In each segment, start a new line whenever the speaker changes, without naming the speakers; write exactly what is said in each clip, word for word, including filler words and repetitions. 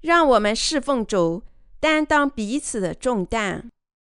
让我们侍奉主，担当彼此的重担。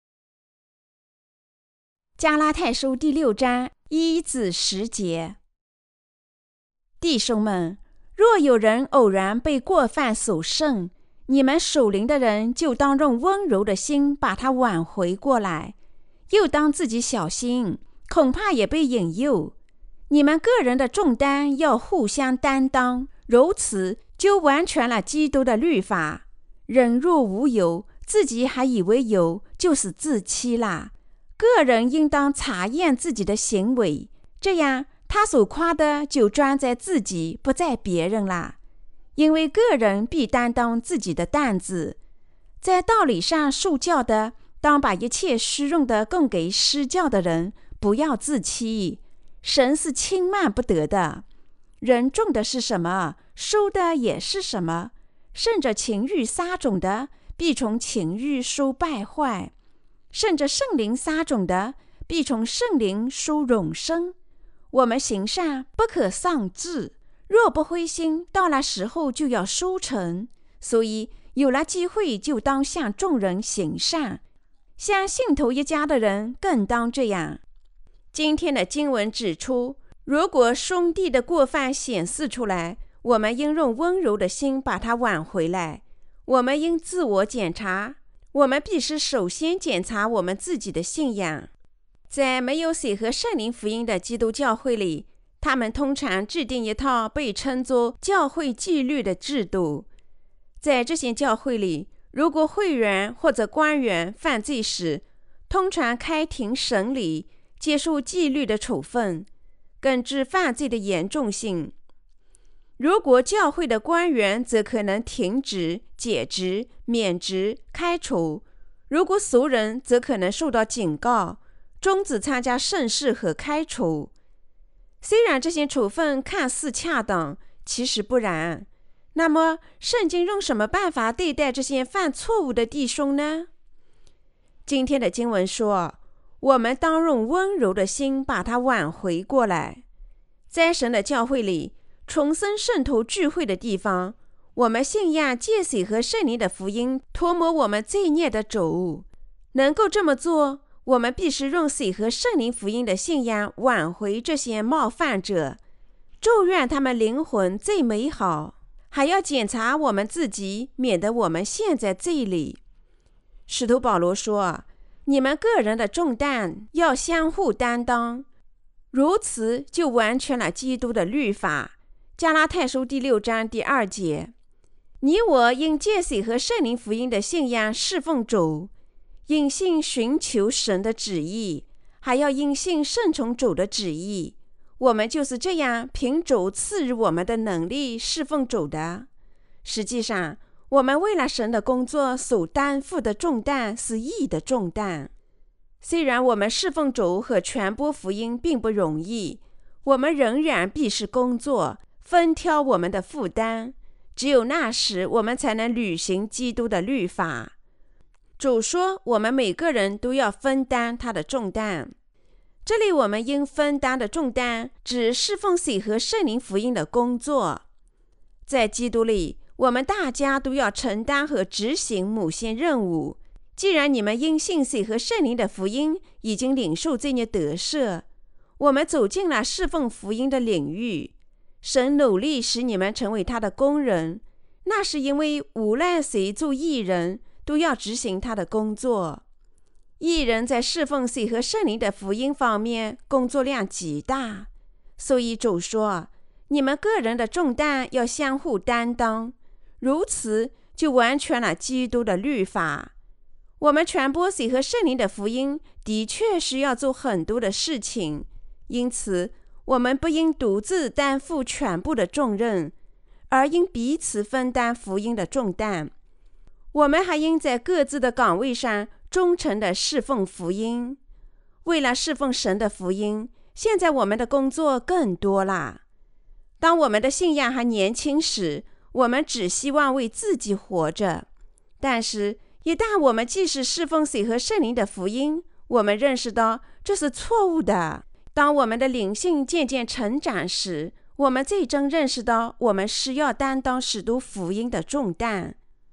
加拉太书第六章一至十节。弟兄们，若有人偶然被过犯所胜，你们属灵的人就当用温柔的心把他挽回过来，又当自己小心，恐怕也被引诱。你们个人的重担要互相担当，如此就完全了基督的律法。人若无有，自己还以为有，就是自欺啦。个人应当查验自己的行为，这样他所夸的就专在自己，不在别人啦。因为个人必担当自己的担子。在道理上受教的，当把一切虚荣的供给施教的人，不要自欺。神是轻慢不得的。人种的是什么，收的也是什么。顺着情欲撒种的，必从情欲收败坏；顺着圣灵撒种的，必从圣灵收永生。我们行善不可丧志，若不灰心，到了时候就要收成。所以有了机会，就当向众人行善，向信徒一家的人更当这样。今天的经文指出，如果兄弟的过犯显示出来，我们应用温柔的心把它挽回来。我们应自我检查，我们必须首先检查我们自己的信仰。在没有水和圣灵福音的基督教会里，他们通常制定一套被称作教会纪律的制度。在这些教会里，如果会员或者官员犯罪时，通常开庭审理，接受纪律的处分，根据犯罪的严重性。如果教会的官员则可能停职、解职、免职、开除；如果俗人则可能受到警告，终止参加盛事和开除。虽然这些处分看似恰当，其实不然。那么圣经用什么办法对待这些犯错误的弟兄呢？今天的经文说，我们当用温柔的心把他挽回过来。在神的教会里，重生圣徒聚会的地方，我们信仰借水和圣灵的福音涂抹我们罪孽的主。能够这么做，我们必须用水和圣灵福音的信仰挽回这些冒犯者，祝愿他们灵魂最美好。还要检查我们自己，免得我们陷在罪里。使徒保罗说，你们个人的重担要相互担当，如此就完全了基督的律法。加拉太书第六章第二节。你我应借水和圣灵福音的信仰侍奉主，因信寻求神的旨意，还要因信顺从主的旨意。我们就是这样凭主赐予我们的能力侍奉主的。实际上，我们为了神的工作所担负的重担是义的重担。虽然我们侍奉主和传播福音并不容易，我们仍然必须工作，分挑我们的负担。只有那时，我们才能履行基督的律法。主说，我们每个人都要分担他的重担。这里我们应分担的重担指侍奉水和圣灵福音的工作。在基督里，我们大家都要承担和执行某些任务。既然你们因信水和圣灵的福音已经领受这些得赦，我们走进了侍奉福音的领域。神努力使你们成为他的工人，那是因为无论谁做义人，都要执行他的工作。义人在侍奉水和圣灵的福音方面工作量极大，所以主说，你们个人的重担要相互担当，如此就完全了基督的律法。我们传播水和圣灵的福音的确是要做很多的事情，因此我们不应独自担负全部的重任，而应彼此分担福音的重担。我们还应在各自的岗位上忠诚地侍奉福音。为了侍奉神的福音，现在我们的工作更多了。当我们的信仰还年轻时，我们只希望为自己活着。但是一旦我们既是侍奉水和圣灵的福音，我们认识到这是错误的。当我们的灵性渐渐成长时，我们最终认识到我们是要担当使徒福音的重担。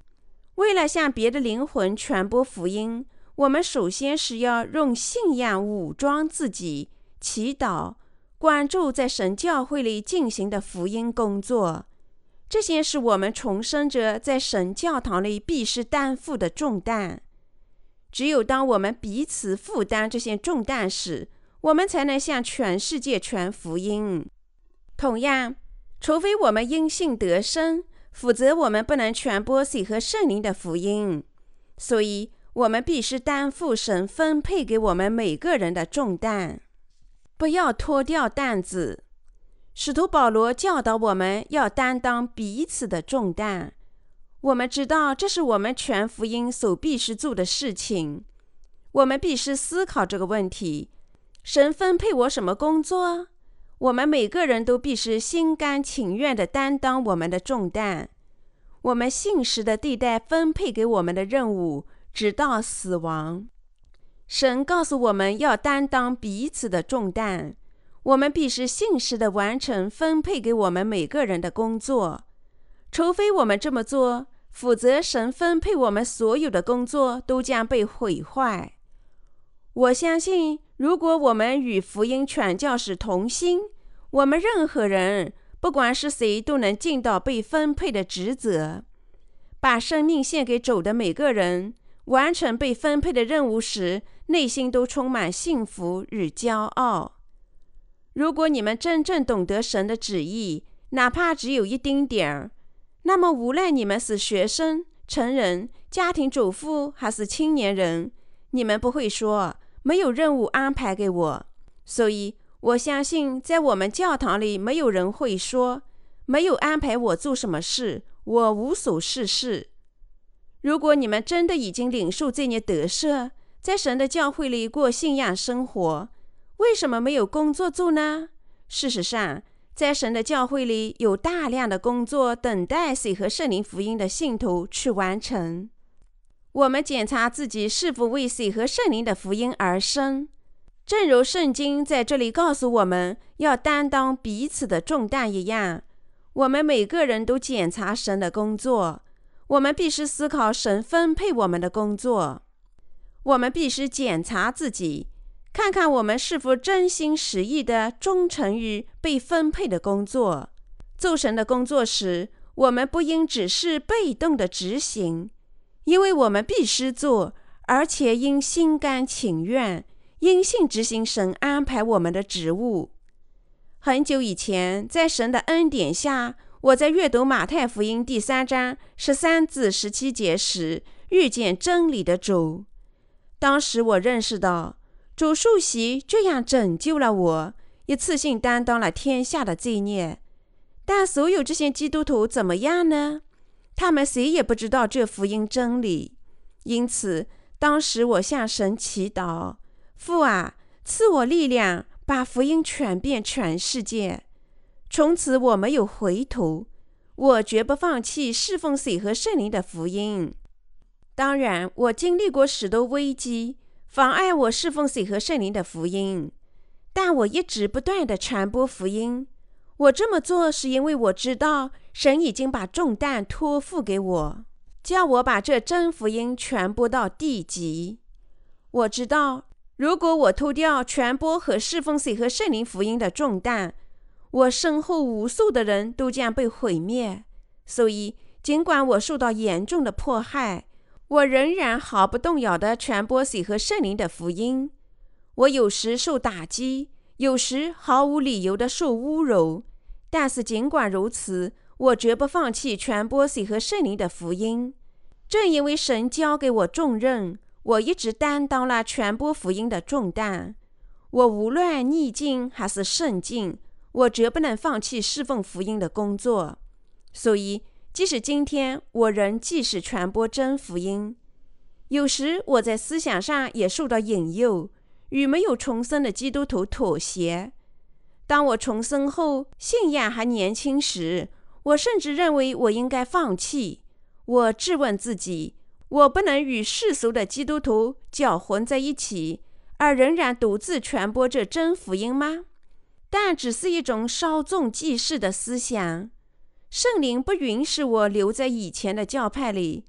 为了向别的灵魂传播福音，我们首先是要用信仰武装自己，祈祷，关注在神教会里进行的福音工作。这些是我们重生者在神教堂里必须担负的重担。只有当我们彼此负担这些重担时，我们才能向全世界传福音。同样，除非我们因信得生，否则我们不能传播水和圣灵的福音。所以我们必须担负神分配给我们每个人的重担，不要脱掉担子。使徒保罗教导我们要担当彼此的重担。我们知道这是我们传福音所必须做的事情。我们必须思考这个问题：神分配我什么工作？我们每个人都必须心甘情愿地担当我们的重担。我们信实地对待分配给我们的任务，直到死亡。神告诉我们要担当彼此的重担，我们必须信实地完成分配给我们每个人的工作。除非我们这么做，否则神分配我们所有的工作都将被毁坏。我相信，如果我们与福音传教士同心，我们任何人，不管是谁，都能尽到被分配的职责。把生命献给主的每个人，完成被分配的任务时，内心都充满幸福与骄傲。如果你们真正懂得神的旨意，哪怕只有一丁点儿，那么无论你们是学生、成人、家庭主妇还是青年人，你们不会说没有任务安排给我。所以我相信在我们教堂里没有人会说没有安排我做什么事，我无所事事。如果你们真的已经领受这些得赦，在神的教会里过信仰生活，为什么没有工作做呢？事实上，在神的教会里有大量的工作等待水和圣灵福音的信徒去完成。我们检查自己是否为水和圣灵的福音而生，正如圣经在这里告诉我们要担当彼此的重担一样，我们每个人都检查神的工作。我们必须思考神分配我们的工作。我们必须检查自己，看看我们是否真心实意地忠诚于被分配的工作。做神的工作时，我们不应只是被动地执行，因为我们必须做，而且应心甘情愿，因信执行神安排我们的职务。很久以前，在神的恩典下，我在阅读马太福音第三章十三至十七节时，遇见真理的主。当时我认识到，主受洗这样拯救了我，一次性担当了天下的罪孽。但所有这些基督徒怎么样呢？他们谁也不知道这福音真理。因此，当时我向神祈祷：父啊，赐我力量，把福音传遍全世界。从此我没有回头，我绝不放弃侍奉水和圣灵的福音。当然，我经历过许多危机，妨碍我侍奉水和圣灵的福音，但我一直不断地传播福音。我这么做是因为我知道神已经把重担托付给我，叫我把这真福音传播到地极。我知道，如果我脱掉传播和侍奉水和圣灵福音的重担，我身后无数的人都将被毁灭。所以，尽管我受到严重的迫害，我仍然毫不动摇地传播水和圣灵的福音。我有时受打击，有时毫无理由地受侮辱，但是尽管如此，我绝不放弃传播水和圣灵的福音。正因为神交给我重任，我一直担当了传播福音的重担。我无论逆境还是顺境，我绝不能放弃侍奉福音的工作。所以，即使今天我仍继续传播真福音。有时我在思想上也受到引诱，与没有重生的基督徒妥协。当我重生后，信仰还年轻时，我甚至认为我应该放弃。我质问自己，我不能与世俗的基督徒搅混在一起，而仍然独自传播这真福音吗？但只是一种稍纵即逝的思想。圣灵不允许我留在以前的教派里。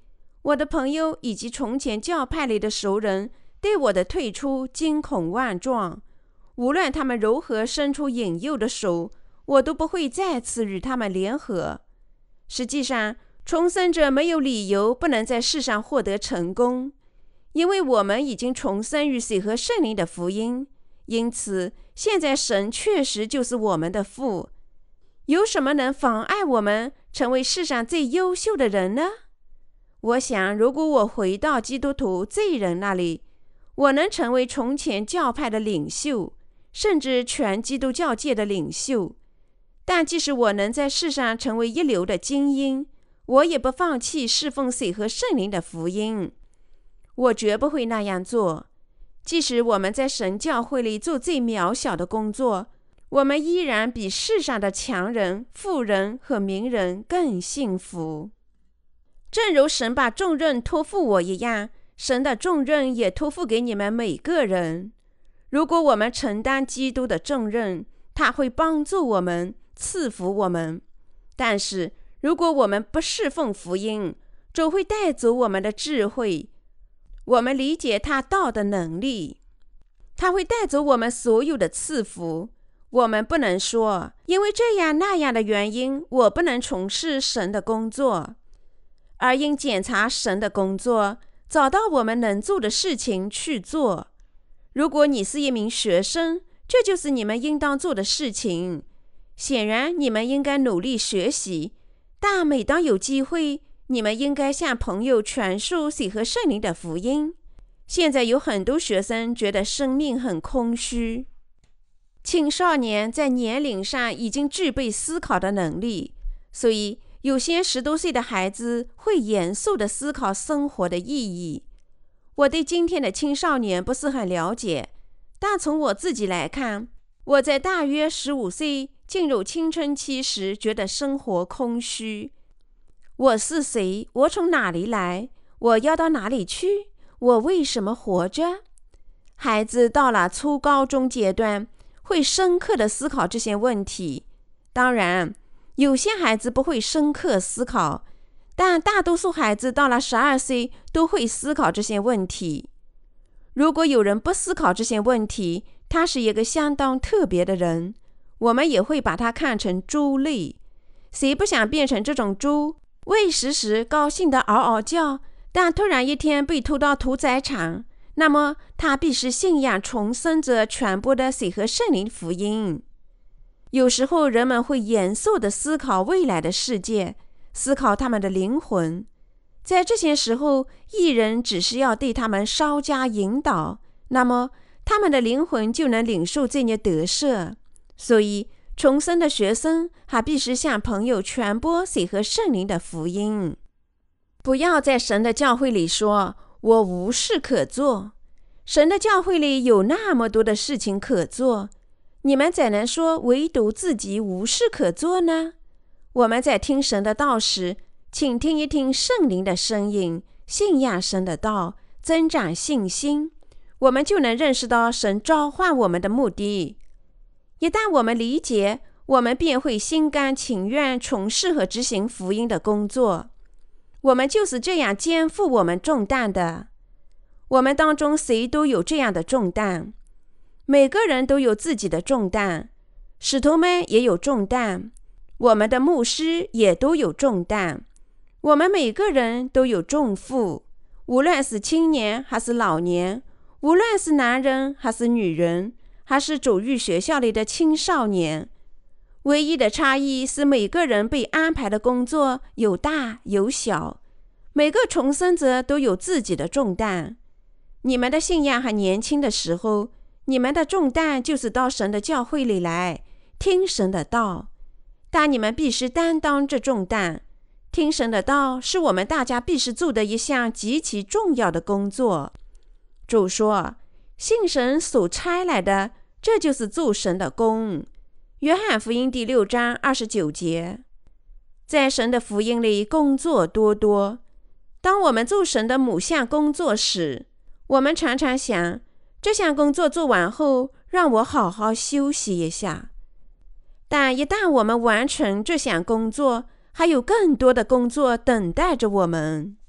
我的朋友以及从前教派里的熟人对我的退出惊恐万状。无论他们如何伸出引诱的手，我都不会再次与他们联合。实际上，重生者没有理由不能在世上获得成功，因为我们已经重生于水和圣灵的福音。因此，现在神确实就是我们的父。有什么能妨碍我们成为世上最优秀的人呢？我想，如果我回到基督徒罪人那里，我能成为从前教派的领袖，甚至全基督教界的领袖。但即使我能在世上成为一流的精英，我也不放弃侍奉水和圣灵的福音。我绝不会那样做。即使我们在神教会里做最渺小的工作，我们依然比世上的强人、富人和名人更幸福。正如神把重任托付我一样，神的重任也托付给你们每个人。如果我们承担基督的重任，他会帮助我们，赐福我们。但是如果我们不侍奉福音，主会带走我们的智慧，我们理解他道的能力，他会带走我们所有的赐福。我们不能说因为这样那样的原因，我不能从事神的工作，而应检查神的工作，找到我们能做的事情去做。如果你是一名学生，这就是你们应当做的事情。显然你们应该努力学习，但每当有机会，你们应该向朋友传述水和圣灵的福音。现在有很多学生觉得生命很空虚。青少年在年龄上已经具备思考的能力，所以有些十多岁的孩子会严肃地思考生活的意义。我对今天的青少年不是很了解，但从我自己来看，我在大约十五岁进入青春期时觉得生活空虚。我是谁？我从哪里来？我要到哪里去？我为什么活着？孩子到了初高中阶段，会深刻地思考这些问题。当然，有些孩子不会深刻思考，但大多数孩子到了十二岁都会思考这些问题。如果有人不思考这些问题，他是一个相当特别的人，我们也会把他看成猪类。谁不想变成这种猪？喂食时高兴地嗷嗷叫，但突然一天被拖到屠宰场，那么他必是信仰重生者传播的水和圣灵福音。有时候人们会严肃地思考未来的世界，思考他们的灵魂。在这些时候，艺人只是要对他们稍加引导，那么他们的灵魂就能领受这些得赦。所以重生的学生还必须向朋友传播水和圣灵的福音。不要在神的教会里说我无事可做。神的教会里有那么多的事情可做，你们怎能说唯独自己无事可做呢？我们在听神的道时，请听一听圣灵的声音，信仰神的道，增长信心，我们就能认识到神召唤我们的目的。一旦我们理解，我们便会心甘情愿从事和执行福音的工作。我们就是这样肩负我们重担的。我们当中谁都有这样的重担，每个人都有自己的重担，使徒们也有重担，我们的牧师也都有重担，我们每个人都有重负，无论是青年还是老年，无论是男人还是女人，还是走入学校里的青少年。唯一的差异是每个人被安排的工作有大有小，每个重生者都有自己的重担。你们的信仰还年轻的时候，你们的重担就是到神的教会里来听神的道，但你们必须担当这重担。听神的道是我们大家必须做的一项极其重要的工作。主说，信神所差来的，这就是做神的工。约翰福音第六章二十九节。在神的福音里工作多多。当我们做神的某项工作时，我们常常想，这项工作做完后，让我好好休息一下。但一旦我们完成这项工作，还有更多的工作等待着我们。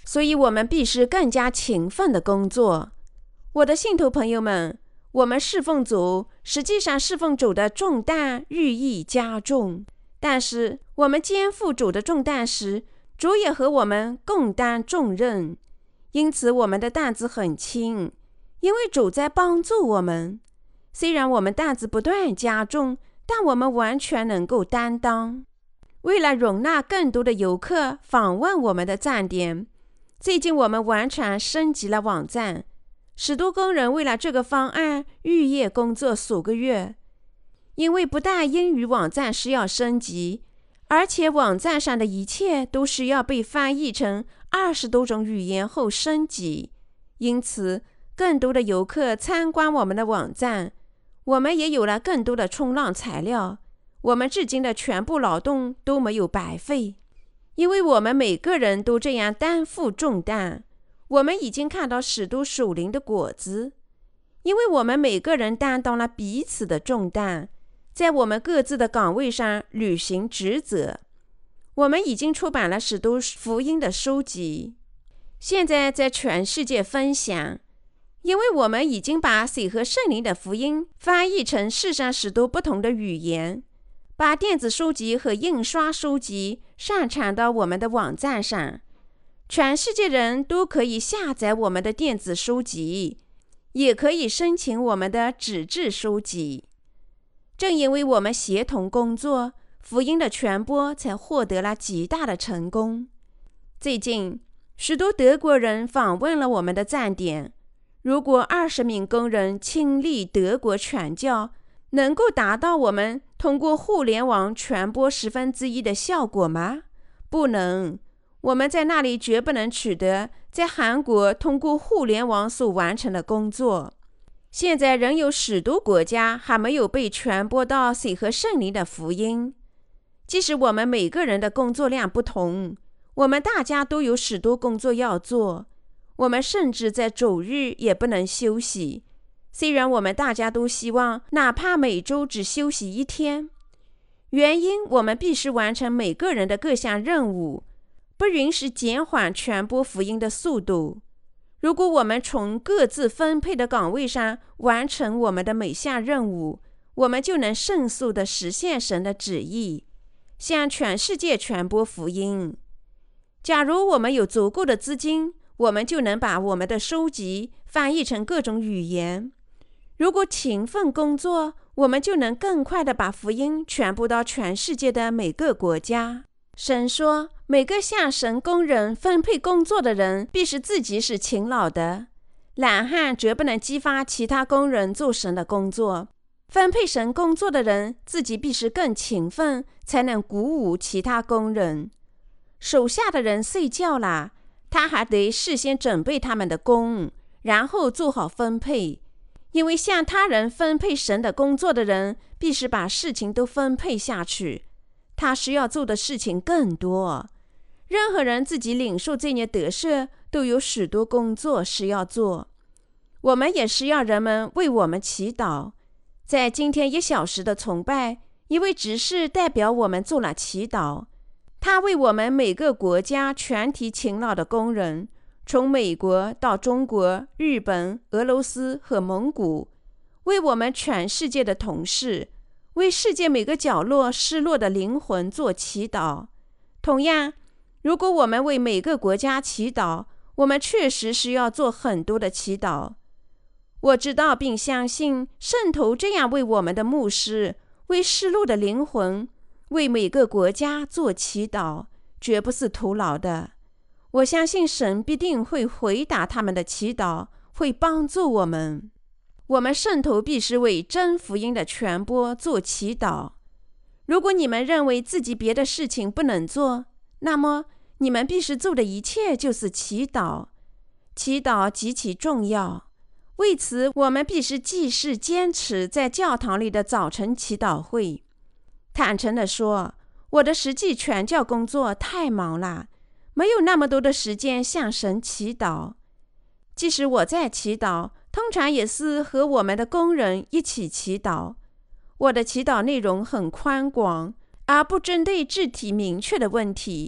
所以我们必须更加勤奋的工作。我的信徒朋友们，我们侍奉主，实际上侍奉主的重担日益加重。但是我们肩负主的重担时，主也和我们共担重任，因此我们的担子很轻，因为主在帮助我们。虽然我们担子不断加重，但我们完全能够担当。为了容纳更多的游客访问我们的站点，最近我们完全升级了网站。许多工人为了这个方案日夜工作数个月，因为不但英语网站需要升级，而且网站上的一切都需要被翻译成二十多种语言后升级。因此，更多的游客参观我们的网站，我们也有了更多的冲浪材料。我们至今的全部劳动都没有白费，因为我们每个人都这样担负重担。我们已经看到许多属灵的果子，因为我们每个人担当了彼此的重担，在我们各自的岗位上履行职责。我们已经出版了许多福音的书籍，现在在全世界分享，因为我们已经把水和圣灵的福音翻译成世上许多不同的语言，把电子书籍和印刷书籍上传到我们的网站上。全世界人都可以下载我们的电子书籍，也可以申请我们的纸质书籍。正因为我们协同工作，福音的传播才获得了极大的成功。最近，许多德国人访问了我们的站点。如果二十名工人亲历德国传教，能够达到我们通过互联网传播十分之一的效果吗？不能。我们在那里绝不能取得在韩国通过互联网所完成的工作。现在仍有许多国家还没有被传播到水和圣灵的福音。即使我们每个人的工作量不同，我们大家都有许多工作要做。我们甚至在周日也不能休息，虽然我们大家都希望哪怕每周只休息一天。原因我们必须完成每个人的各项任务，不允许减缓传播福音的速度。如果我们从各自分配的岗位上完成我们的每项任务，我们就能迅速地实现神的旨意，向全世界传播福音。假如我们有足够的资金，我们就能把我们的书籍翻译成各种语言。如果勤奋工作，我们就能更快地把福音传播到全世界的每个国家。神说，每个向神工人分配工作的人必须自己是勤劳的，懒汉绝不能激发其他工人做神的工作。分配神工作的人自己必须更勤奋，才能鼓舞其他工人。手下的人睡觉了，他还得事先准备他们的工，然后做好分配。因为向他人分配神的工作的人必须把事情都分配下去，他需要做的事情更多。任何人自己领受这些得赦，都有许多工作需要做。我们也需要人们为我们祈祷。在今天一小时的崇拜，一位执事代表我们做了祈祷，他为我们每个国家全体勤劳的工人，从美国到中国、日本、俄罗斯和蒙古，为我们全世界的同事，为世界每个角落失落的灵魂做祈祷。同样，如果我们为每个国家祈祷，我们确实需要做很多的祈祷。我知道并相信，圣徒这样为我们的牧师、为失落的灵魂、为每个国家做祈祷，绝不是徒劳的。我相信神必定会回答他们的祈祷，会帮助我们。我们圣徒必须为真福音的传播做祈祷。如果你们认为自己别的事情不能做，那么你们必须做的一切就是祈祷。祈祷极其重要，为此我们必须继续坚持在教堂里的早晨祈祷会。坦诚地说，我的实际传教工作太忙了，没有那么多的时间向神祈祷。即使我在祈祷，通常也是和我们的工人一起祈祷。我的祈祷内容很宽广，而不针对具体明确的问题，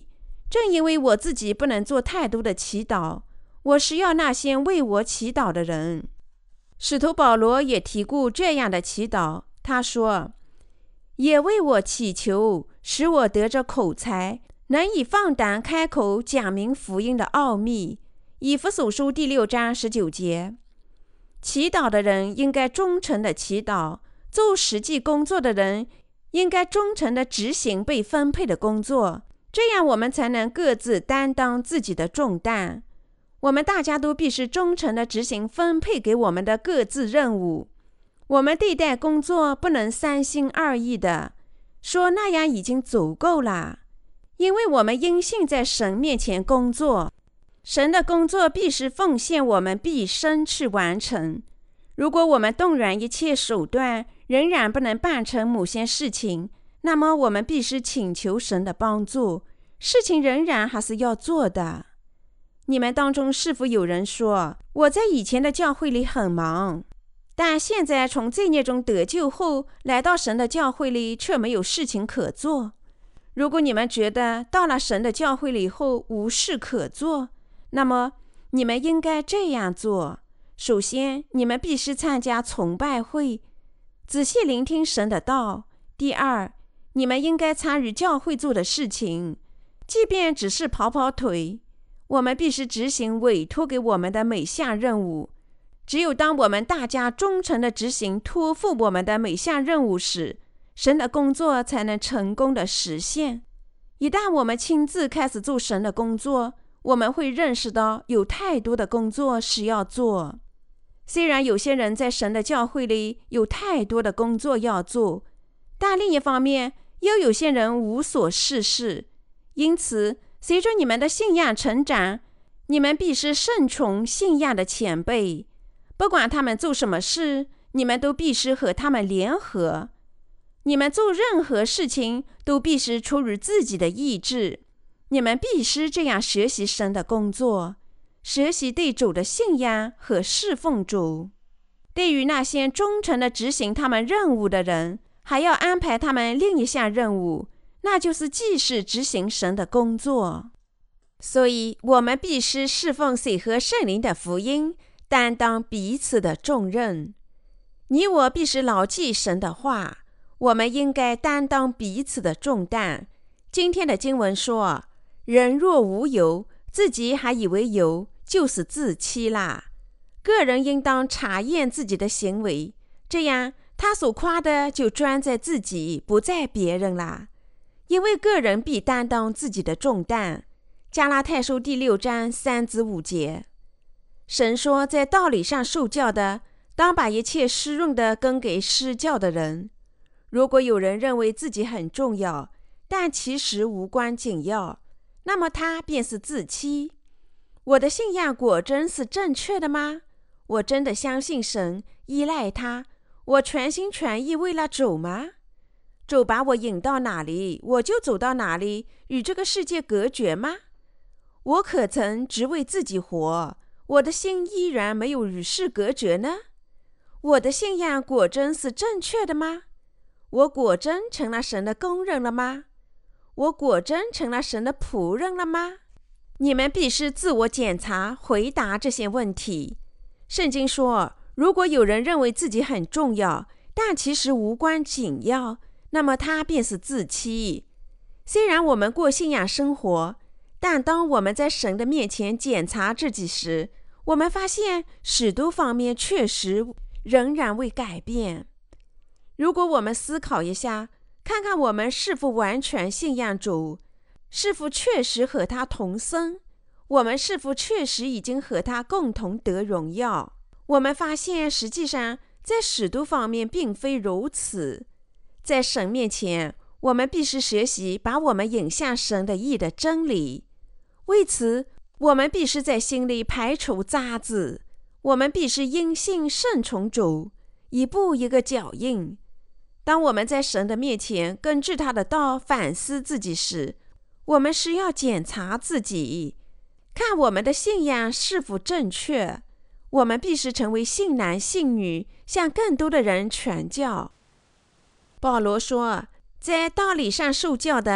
正因为我自己不能做太多的祈祷，我是要那些为我祈祷的人。使徒保罗也提过这样的祈祷，他说：也为我祈求，使我得着口才，能以放胆开口讲明福音的奥秘。以弗所书第六章十九节。祈祷的人应该忠诚的祈祷，做实际工作的人应该忠诚的执行被分配的工作，这样我们才能各自担当自己的重担。我们大家都必须忠诚地执行分配给我们的各自任务。我们对待工作不能三心二意的说那样已经足够了，因为我们因信在神面前工作，神的工作必须奉献我们毕生去完成。如果我们动员一切手段仍然不能办成某些事情，那么我们必须请求神的帮助，事情仍然还是要做的。你们当中是否有人说，我在以前的教会里很忙，但现在从罪孽中得救后来到神的教会里却没有事情可做？如果你们觉得到了神的教会里后无事可做，那么你们应该这样做。首先，你们必须参加崇拜会，仔细聆听神的道。第二，你们应该参与教会做的事情，即便只是跑跑腿。我们必须执行委托给我们的每项任务。只有当我们大家忠诚地执行托付我们的每项任务时，神的工作才能成功地实现。一旦我们亲自开始做神的工作，我们会认识到有太多的工作是要做。虽然有些人在神的教会里有太多的工作要做，但另一方面又有些人无所事事。因此随着你们的信仰成长，你们必须顺从信仰的前辈，不管他们做什么事，你们都必须和他们联合。你们做任何事情都必须出于自己的意志。你们必须这样学习神的工作，学习对主的信仰和侍奉主。对于那些忠诚地执行他们任务的人，还要安排他们另一项任务，那就是继续执行神的工作。所以我们必须侍奉水和圣灵的福音，担当彼此的重任。你我必须牢记神的话，我们应该担当彼此的重担。今天的经文说，人若无油，自己还以为油，就是自欺啦。个人应当查验自己的行为，这样他所夸的就专在自己，不在别人啦。因为个人必担当自己的重担。加拉太书第六章三至五节。神说，在道理上受教的，当把一切施润的跟给施教的人。如果有人认为自己很重要，但其实无关紧要，那么他便是自欺。我的信仰果真是正确的吗？我真的相信神，依赖他，我全心全意为了主吗？主把我引到哪里，我就走到哪里，与这个世界隔绝吗？我可曾只为自己活？我的心依然没有与世隔绝呢？我的信仰果真是正确的吗？我果真成了神的工人了吗？我果真成了神的仆人了吗？你们必须自我检查，回答这些问题。圣经说，如果有人认为自己很重要，但其实无关紧要，那么他便是自欺。虽然我们过信仰生活，但当我们在神的面前检查自己时，我们发现许多方面确实仍然未改变。如果我们思考一下，看看我们是否完全信仰主，是否确实和他同生，我们是否确实已经和他共同得荣耀，我们发现实际上在许多方面并非如此。在神面前，我们必须学习把我们引向神的义的真理。为此，我们必须在心里排除渣滓，我们必须因信顺从主，一步一个脚印。当我们在神的面前根据他的道反思自己时，我们是要检查自己，看我们的信仰是否正确。我们必须成为信男信女，向更多的人传教。保罗说，在道理上受教的，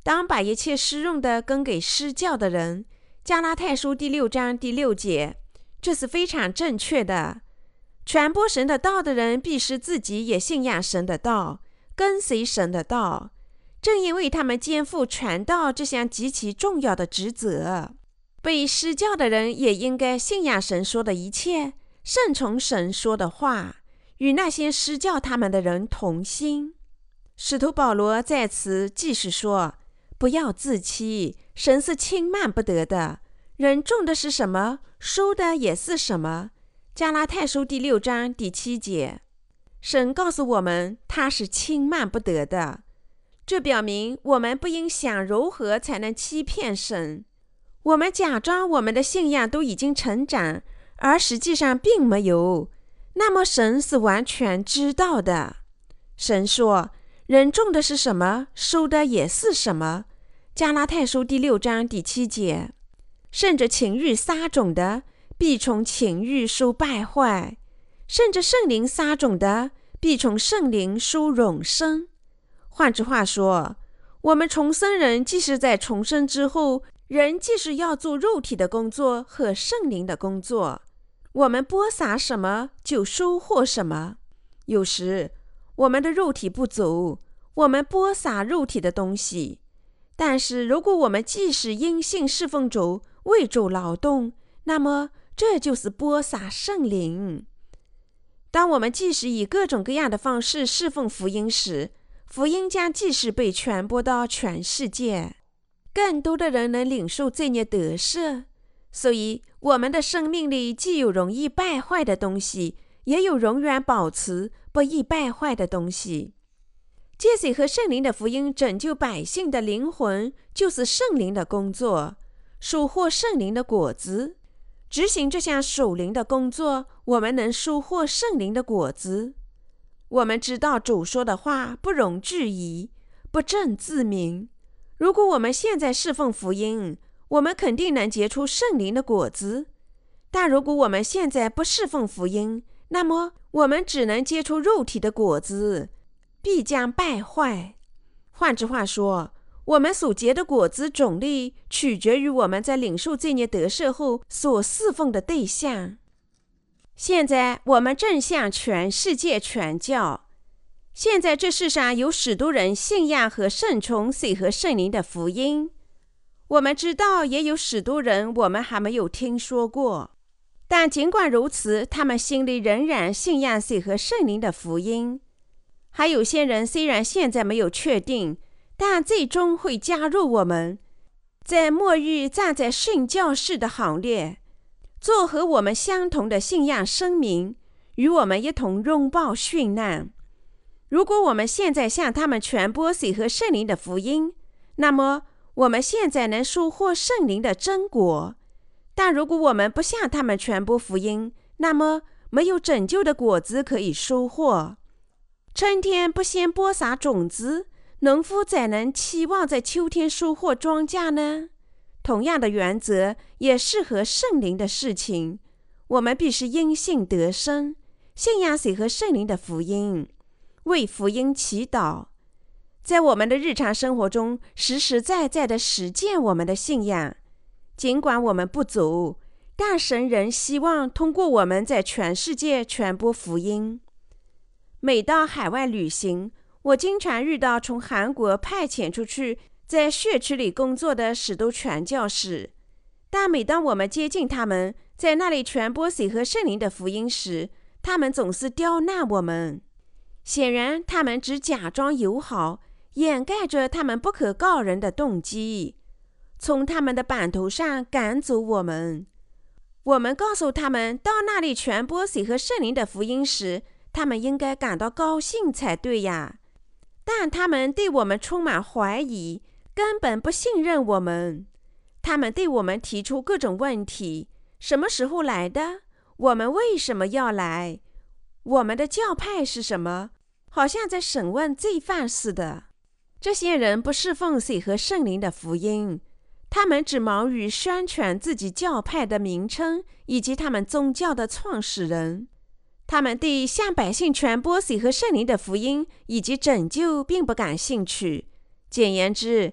当把一切施用的更给施教的人。加拉太书第六章第六节，这是非常正确的。传播神的道的人，必使自己也信仰神的道，跟随神的道。正因为他们肩负传道这项极其重要的职责，被施教的人也应该信仰神说的一切，顺从神说的话，与那些施教他们的人同心。使徒保罗在此继续说，不要自欺，神是轻慢不得的，人种的是什么，收的也是什么。加拉太书第六章第七节，神告诉我们他是轻慢不得的，这表明我们不应想如何才能欺骗神。我们假装我们的信仰都已经成长，而实际上并没有，那么神是完全知道的。神说，人种的是什么，收的也是什么。加拉太书第六章第七节，顺着情欲撒种的，必从情欲收败坏；顺着圣灵撒种的，必从圣灵收永生。换句话说，我们重生人即使在重生之后，人即使要做肉体的工作和圣灵的工作，我们播撒什么就收获什么。有时我们的肉体不足，我们播撒肉体的东西，但是如果我们即使因信侍奉主，为主劳动，那么这就是播撒圣灵。当我们即使以各种各样的方式侍奉福音时，福音将即使被传播到全世界，更多的人能领受罪孽得赦。所以我们的生命里既有容易败坏的东西，也有永远保持不易败坏的东西。借水和圣灵的福音拯救百姓的灵魂，就是圣灵的工作，收获圣灵的果子。执行这项属灵的工作，我们能收获圣灵的果子。我们知道主说的话不容置疑，不证自明。如果我们现在侍奉福音，我们肯定能结出圣灵的果子。但如果我们现在不侍奉福音，那么我们只能结出肉体的果子，必将败坏。换句话说，我们所结的果子种类取决于我们在领受罪孽得赦后所侍奉的对象。现在我们正向全世界传教。现在这世上有许多人信仰和顺从水和圣灵的福音，我们知道也有许多人我们还没有听说过，但尽管如此，他们心里仍然信仰水和圣灵的福音。还有些人虽然现在没有确定，但最终会加入我们，在末日站在殉教士的行列，做和我们相同的信仰声明，与我们一同拥抱殉难。如果我们现在向他们传播水和圣灵的福音，那么我们现在能收获圣灵的真果。但如果我们不向他们传播福音，那么没有拯救的果子可以收获。春天不先播撒种子，农夫怎能期望在秋天收获庄稼呢？同样的原则也适合圣灵的事情。我们必须因信得生，信仰水和圣灵的福音，为福音祈祷，在我们的日常生活中实实在在地实践我们的信仰。尽管我们不足，但神仍希望通过我们在全世界传播福音。每到海外旅行，我经常遇到从韩国派遣出去在社区里工作的许多传教士，但每当我们接近他们，在那里传播水和圣灵的福音时，他们总是刁难我们。显然他们只假装友好，掩盖着他们不可告人的动机，从他们的版图上赶走我们。我们告诉他们到那里传播水和圣灵的福音时，他们应该感到高兴才对呀。但他们对我们充满怀疑，根本不信任我们。他们对我们提出各种问题：什么时候来的？我们为什么要来？我们的教派是什么？好像在审问罪犯似的。这些人不侍奉水和圣灵的福音，他们只忙于宣传自己教派的名称以及他们宗教的创始人。他们对向百姓传播水和圣灵的福音以及拯救并不感兴趣。简言之，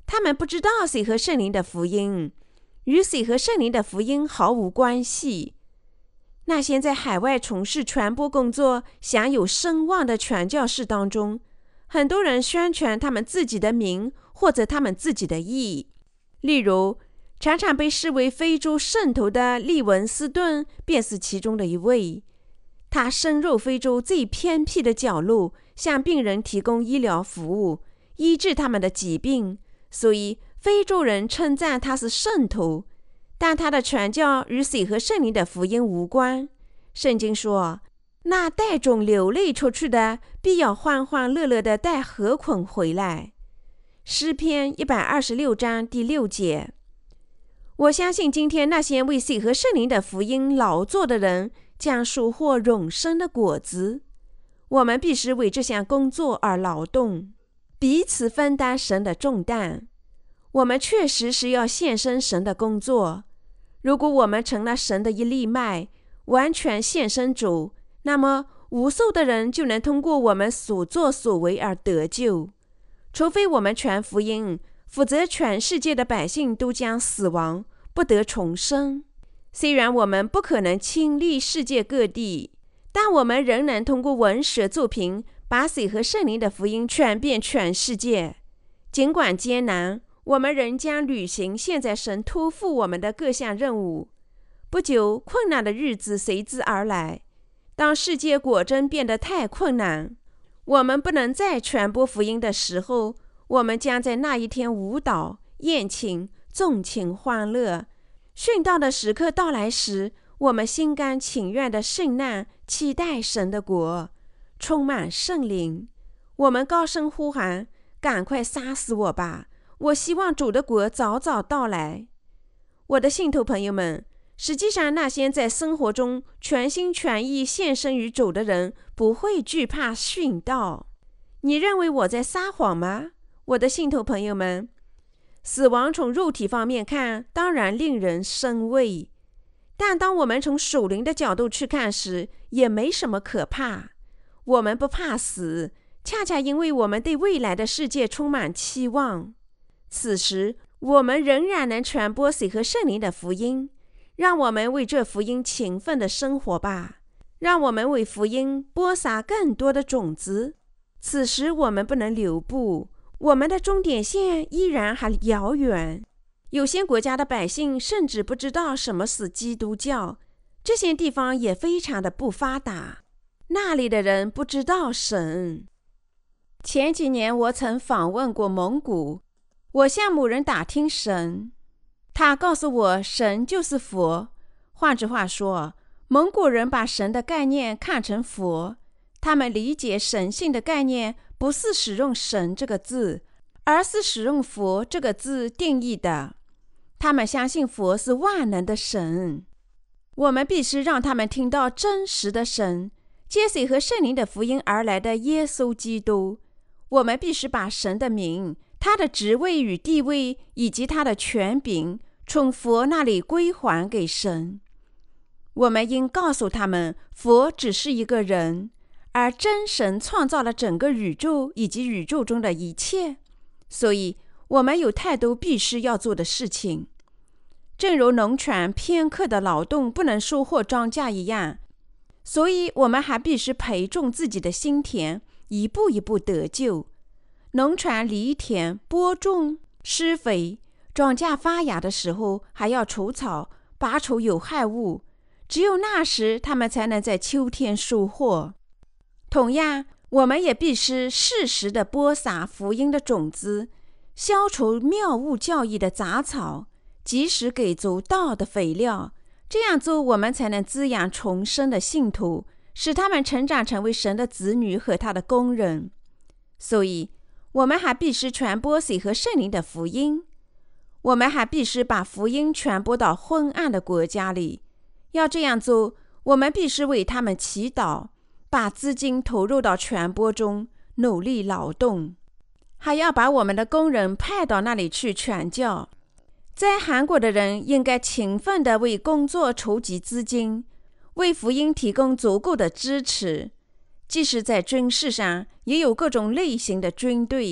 他们不知道水和圣灵的福音，与水和圣灵的福音毫无关系。那些在海外从事传播工作、享有声望的传教士当中，很多人宣传他们自己的名或者他们自己的义。例如，常常被视为非洲圣徒的利文斯顿便是其中的一位。他深入非洲最偏僻的角落，向病人提供医疗服务，医治他们的疾病，所以非洲人称赞他是圣徒。但他的传教与水和圣灵的福音无关。圣经说，那带种流泪出去的，必要欢欢乐乐地带禾捆回来。诗篇一百二十六章第六节。我相信今天那些为水和圣灵的福音劳作的人，将收获永生的果子。我们必须为这项工作而劳动，彼此分担神的重担。我们确实是要献身神的工作。如果我们成了神的一粒麦，完全献身主，那么无数的人就能通过我们所作所为而得救。除非我们传福音，否则全世界的百姓都将死亡，不得重生。虽然我们不可能亲历世界各地，但我们仍能通过文学作品把水和圣灵的福音传遍全世界。尽管艰难，我们仍将履行现在神托付我们的各项任务。不久，困难的日子随之而来。当世界果真变得太困难，我们不能再传播福音的时候，我们将在那一天舞蹈、宴请、纵情欢乐。殉道的时刻到来时，我们心甘情愿的殉难，期待神的国，充满圣灵。我们高声呼喊：赶快杀死我吧！我希望主的国早早到来。我的信徒朋友们，实际上那些在生活中全心全意献身于主的人，不会惧怕殉道。你认为我在撒谎吗？我的信徒朋友们，死亡从肉体方面看，当然令人生畏，但当我们从属灵的角度去看时，也没什么可怕。我们不怕死，恰恰因为我们对未来的世界充满期望。此时，我们仍然能传播水和圣灵的福音。让我们为这福音勤奋的生活吧，让我们为福音播撒更多的种子。此时我们不能留步，我们的终点线依然还遥远。有些国家的百姓甚至不知道什么是基督教，这些地方也非常的不发达，那里的人不知道神。前几年我曾访问过蒙古，我向某人打听神，他告诉我神就是佛。换句话说，蒙古人把神的概念看成佛，他们理解神性的概念不是使用神这个字，而是使用佛这个字定义的。他们相信佛是万能的神。我们必须让他们听到真实的神，接水和圣灵的福音而来的耶稣基督。我们必须把神的名、他的职位与地位以及他的权柄从佛那里归还给神。我们应告诉他们，佛只是一个人，而真神创造了整个宇宙以及宇宙中的一切。所以我们有太多必须要做的事情。正如农场片刻的劳动不能收获庄稼一样，所以我们还必须培种自己的心田，一步一步得救。农场犁田、播种、施肥，庄稼发芽的时候还要除草，拔除有害物，只有那时他们才能在秋天收获。同样，我们也必须适时地播撒福音的种子，消除谬误教义的杂草，及时给足道的肥料。这样做，我们才能滋养重生的信徒，使他们成长成为神的子女和他的工人。所以我们还必须传播水和圣灵的福音。我们还必须把福音传播到昏暗的国家里。要这样做，我们必须为他们祈祷，把资金投入到传播中，努力劳动，还要把我们的工人派到那里去传教。在韩国的人应该勤奋地为工作筹集资金，为福音提供足够的支持。即使在军事上，也有各种类型的军队，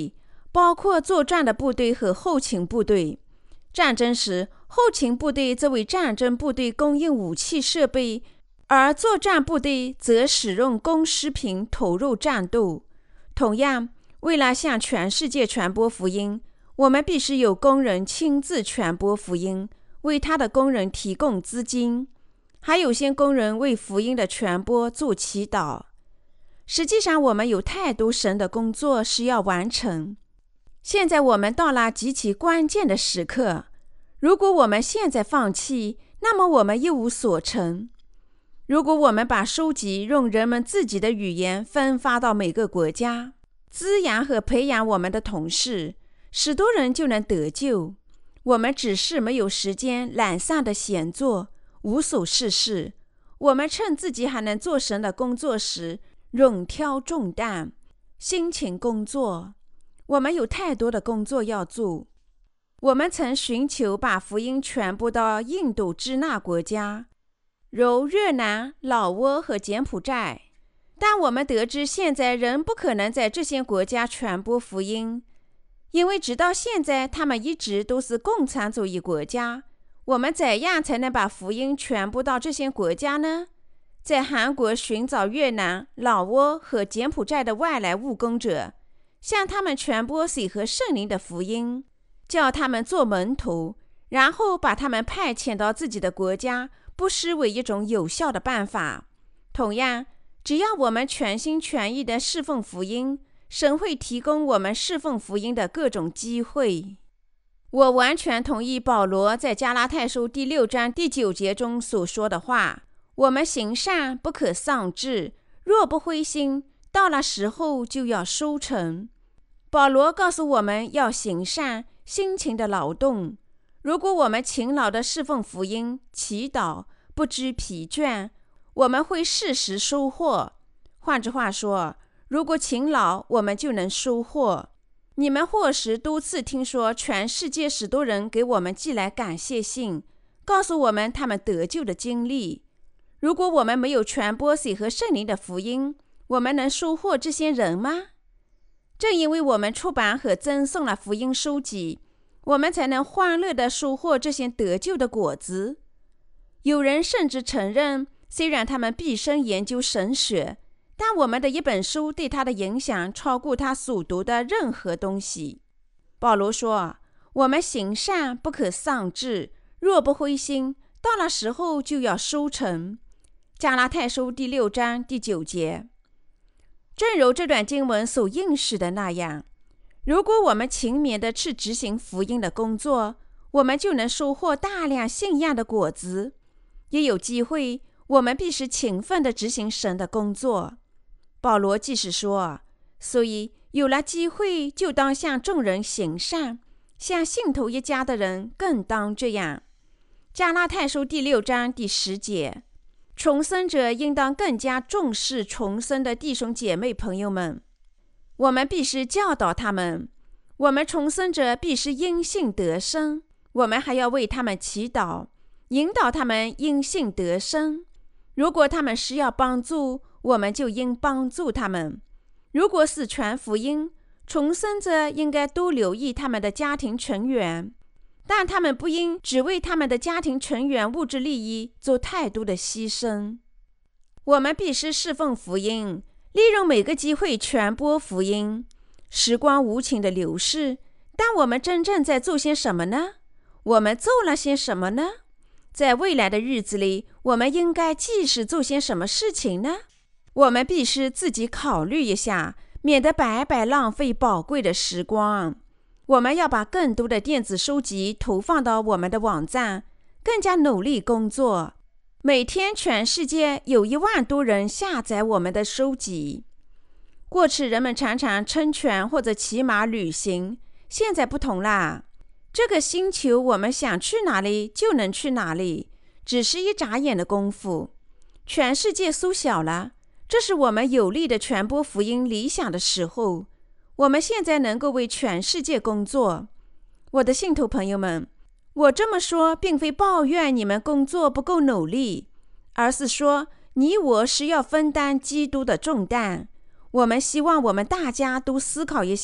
包括作战的部队和后勤部队。战争时，后勤部队则为战争部队供应武器设备，而作战部队则使用工食品投入战斗。同样，为了向全世界传播福音，我们必须有工人亲自传播福音，为他的工人提供资金，还有些工人为福音的传播做祈祷。实际上，我们有太多神的工作是要完成。现在我们到了极其关键的时刻，如果我们现在放弃，那么我们一无所成。如果我们把书籍用人们自己的语言分发到每个国家，滋养和培养我们的同事，许多人就能得救。我们只是没有时间懒散的闲坐，无所事事。我们趁自己还能做神的工作时，冗挑重担，辛勤工作。我们有太多的工作要做。我们曾寻求把福音传播到印度支那国家，如越南、老挝和柬埔寨，但我们得知现在仍不可能在这些国家传播福音，因为直到现在他们一直都是共产主义国家。我们怎样才能把福音传播到这些国家呢？在韩国寻找越南、老挝和柬埔寨的外来务工者，向他们传播水和圣灵的福音，叫他们做门徒，然后把他们派遣到自己的国家，不失为一种有效的办法。同样，只要我们全心全意地侍奉福音，神会提供我们侍奉福音的各种机会。我完全同意保罗在加拉太书第六章第九节中所说的话：我们行善不可丧志，若不灰心，到了时候就要收成。保罗告诉我们要行善，辛勤的劳动。如果我们勤劳的侍奉福音、祈祷，不知疲倦，我们会适时收获。换句话说，如果勤劳，我们就能收获。你们或许多次听说全世界许多人给我们寄来感谢信，告诉我们他们得救的经历。如果我们没有传播水和圣灵的福音，我们能收获这些人吗？正因为我们出版和赠送了福音书籍，我们才能欢乐地收获这些得救的果子。有人甚至承认，虽然他们毕生研究神学，但我们的一本书对他的影响超过他所读的任何东西。保罗说，我们行善不可丧志，若不灰心，到了时候就要收成。加拉太书第六章第九节。正如这段经文所应许的那样，如果我们勤勉地去执行福音的工作，我们就能收获大量信仰的果子。也有机会，我们必须勤奋地执行神的工作。保罗继续说，所以有了机会，就当向众人行善，向信徒一家的人更当这样。加拉太书第六章第十节。重生者应当更加重视重生的弟兄姐妹朋友们，我们必须教导他们，我们重生者必须因信得生，我们还要为他们祈祷，引导他们因信得生。如果他们需要帮助，我们就应帮助他们。如果是传福音，重生者应该多留意他们的家庭成员，但他们不应只为他们的家庭成员物质利益做太多的牺牲。我们必须侍奉福音，利用每个机会传播福音。时光无情的流逝，但我们真正在做些什么呢？我们做了些什么呢？在未来的日子里，我们应该继续做些什么事情呢？我们必须自己考虑一下，免得白白浪费宝贵的时光。我们要把更多的电子书籍投放到我们的网站，更加努力工作。每天全世界有一万多人下载我们的书籍。过去人们常常乘船或者骑马旅行，现在不同啦。这个星球我们想去哪里就能去哪里，只是一眨眼的功夫。全世界缩小了，这是我们有力的传播福音理想的时候。我们现在能够为全世界工作。我的信徒朋友们，我这么说并非抱怨你们工作不够努力，而是说你我是要分担基督的重担。我们希望我们大家都思考一下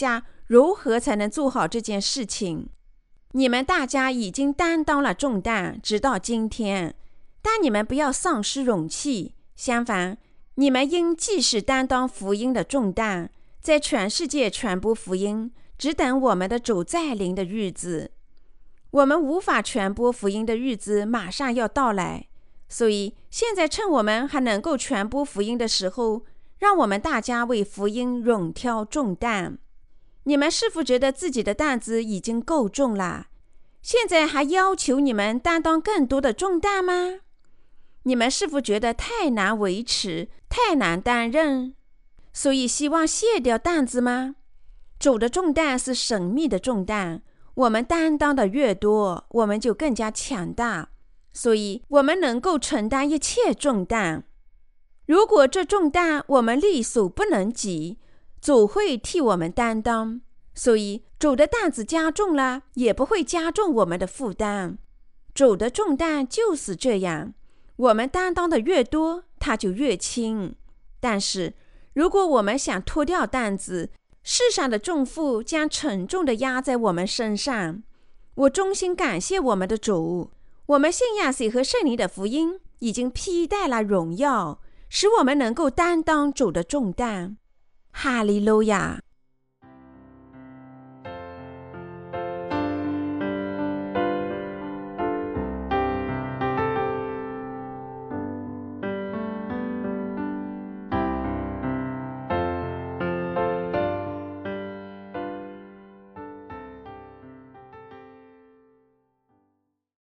如何才能做好这件事情。你们大家已经担当了重担，直到今天，但你们不要丧失勇气，相反，你们应继续担当福音的重担，在全世界传播福音，只等我们的主再临的日子。我们无法传播福音的日子马上要到来，所以现在趁我们还能够传播福音的时候，让我们大家为福音勇挑重担。你们是否觉得自己的担子已经够重了？现在还要求你们担当更多的重担吗？你们是否觉得太难维持，太难担任，所以希望卸掉担子吗？主的重担是神秘的重担，我们担当的越多，我们就更加强大，所以我们能够承担一切重担。如果这重担我们力所不能及，主会替我们担当，所以主的担子加重了，也不会加重我们的负担。主的重担就是这样，我们担当的越多，它就越轻。但是如果我们想脱掉担子，世上的重负将沉重地压在我们身上。我衷心感谢我们的主，我们信仰水和圣灵的福音已经披戴了荣耀，使我们能够担当主的重担。哈利路亚。